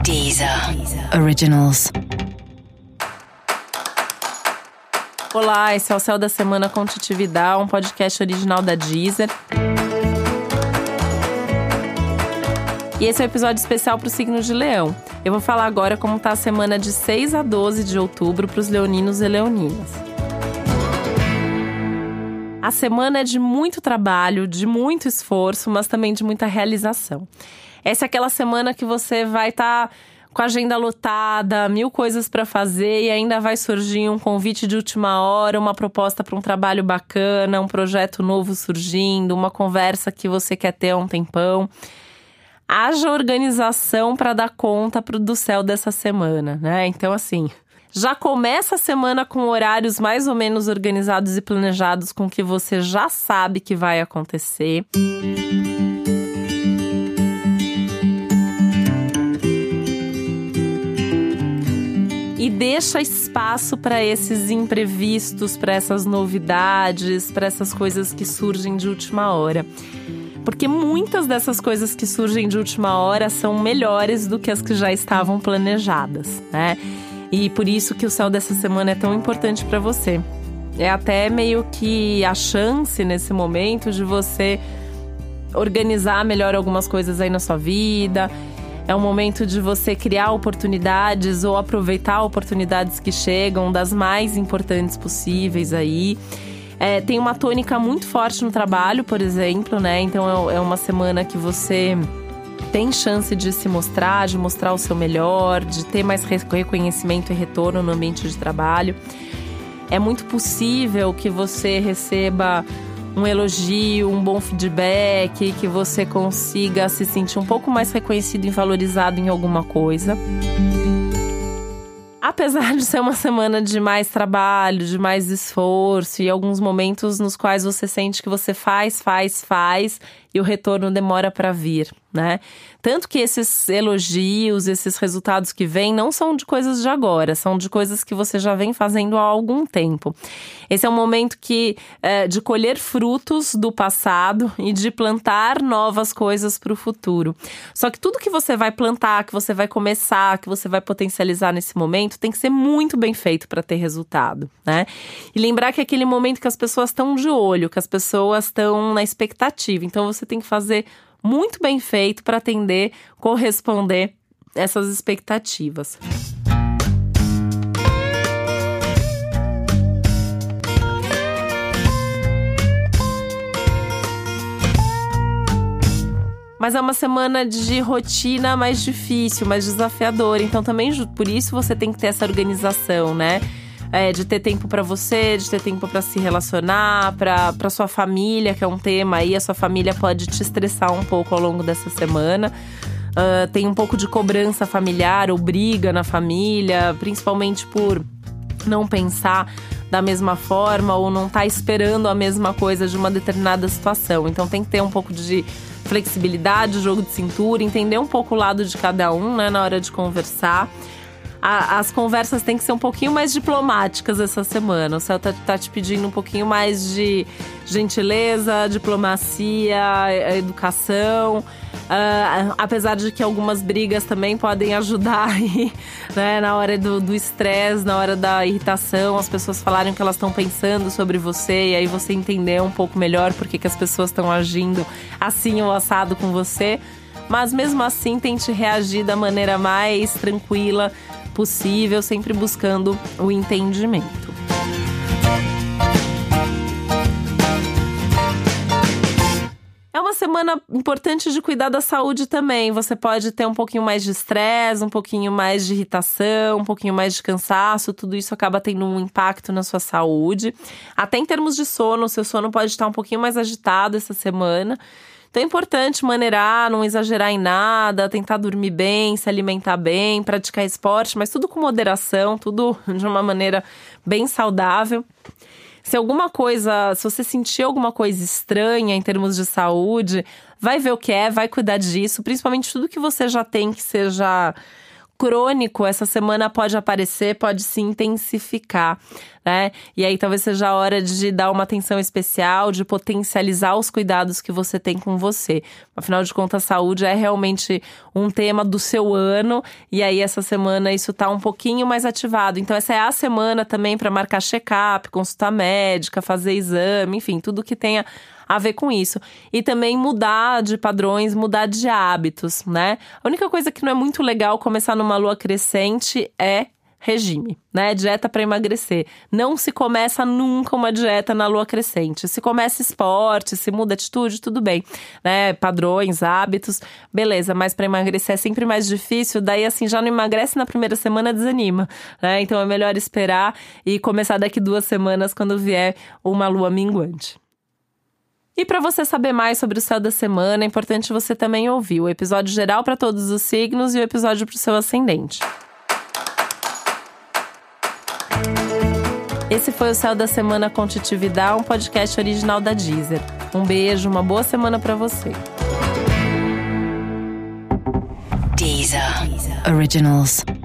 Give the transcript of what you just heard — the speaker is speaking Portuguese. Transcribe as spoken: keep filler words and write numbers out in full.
Deezer Originals. Olá, esse é o Céu da Semana com Titi Vidal, um podcast original da Deezer. E esse é um episódio especial para o signo de Leão. Eu vou falar agora como está a semana de seis a doze de outubro para os leoninos e leoninas. A semana é de muito trabalho, de muito esforço, mas também de muita realização. Essa é aquela semana que você vai estar tá com a agenda lotada, mil coisas para fazer e ainda vai surgir um convite de última hora, uma proposta para um trabalho bacana, um projeto novo surgindo, uma conversa que você quer ter há um tempão. Haja organização para dar conta pro, do céu dessa semana, né? Então, assim, já começa a semana com horários mais ou menos organizados e planejados com o que você já sabe que vai acontecer. E deixa espaço para esses imprevistos, para essas novidades, para essas coisas que surgem de última hora. Porque muitas dessas coisas que surgem de última hora são melhores do que as que já estavam planejadas, né? E por isso que o céu dessa semana é tão importante para você. É até meio que a chance nesse momento de você organizar melhor algumas coisas aí na sua vida. É um momento de você criar oportunidades ou aproveitar oportunidades que chegam, das mais importantes possíveis aí. É, tem uma tônica muito forte no trabalho, por exemplo, né? Então é, é uma semana que você tem chance de se mostrar, de mostrar o seu melhor, de ter mais reconhecimento e retorno no ambiente de trabalho. É muito possível que você receba um elogio, um bom feedback, que você consiga se sentir um pouco mais reconhecido e valorizado em alguma coisa. Apesar de ser uma semana de mais trabalho, de mais esforço e alguns momentos nos quais você sente que você faz, faz, faz e o retorno demora para vir, né? Tanto que esses elogios, esses resultados que vêm não são de coisas de agora, são de coisas que você já vem fazendo há algum tempo. Esse é um momento que, é, de colher frutos do passado e de plantar novas coisas para o futuro. Só que tudo que você vai plantar, que você vai começar, que você vai potencializar nesse momento, tem que ser muito bem feito para ter resultado, né? E lembrar que é aquele momento que as pessoas estão de olho, que as pessoas estão na expectativa. Então você tem que fazer muito bem feito para atender, corresponder essas expectativas. Mas é uma semana de rotina mais difícil, mais desafiadora. Então também por isso você tem que ter essa organização, né? É, de ter tempo para você, de ter tempo para se relacionar, para para sua família, que é um tema aí. A sua família pode te estressar um pouco ao longo dessa semana. Uh, tem um pouco de cobrança familiar ou briga na família, principalmente por não pensar da mesma forma ou não estar esperando a mesma coisa de uma determinada situação. Então tem que ter um pouco de flexibilidade, jogo de cintura, entender um pouco o lado de cada um, né, na hora de conversar. A, as conversas têm que ser um pouquinho mais diplomáticas essa semana. O céu tá, tá te pedindo um pouquinho mais de gentileza, diplomacia, educação. Uh, apesar de que algumas brigas também podem ajudar aí, né, na hora do estresse, na hora da irritação, as pessoas falarem o que elas estão pensando sobre você e aí você entender um pouco melhor por que que as pessoas estão agindo assim ou assado com você. Mas mesmo assim, tente reagir da maneira mais tranquila possível, sempre buscando o entendimento. É uma semana importante de cuidar da saúde também. Você pode ter um pouquinho mais de estresse, um pouquinho mais de irritação, um pouquinho mais de cansaço. Tudo isso acaba tendo um impacto na sua saúde. Até em termos de sono, o seu sono pode estar um pouquinho mais agitado essa semana. Então é importante maneirar, não exagerar em nada, tentar dormir bem, se alimentar bem, praticar esporte, mas tudo com moderação, tudo de uma maneira bem saudável. Se alguma coisa, se você sentir alguma coisa estranha em termos de saúde, vai ver o que é, vai cuidar disso, principalmente tudo que você já tem que seja crônico, essa semana pode aparecer, pode se intensificar, né? E aí talvez seja a hora de dar uma atenção especial, de potencializar os cuidados que você tem com você. Afinal de contas, a saúde é realmente um tema do seu ano, e aí essa semana isso tá um pouquinho mais ativado. Então essa é a semana também para marcar check-up, consulta médica, fazer exame, enfim, tudo que tenha a ver com isso. E também mudar de padrões, mudar de hábitos, né? A única coisa que não é muito legal começar numa lua crescente é regime, né? Dieta para emagrecer. Não se começa nunca uma dieta na lua crescente. Se começa esporte, se muda atitude, tudo bem, né? Padrões, hábitos, beleza. Mas para emagrecer é sempre mais difícil. Daí, assim, já não emagrece na primeira semana, desanima, né? Então é melhor esperar e começar daqui duas semanas quando vier uma lua minguante. E para você saber mais sobre o céu da semana, é importante você também ouvir o episódio geral para todos os signos e o episódio para o seu ascendente. Esse foi o Céu da Semana com Titi Vidal, um podcast original da Deezer. Um beijo, uma boa semana para você. Deezer. Originals.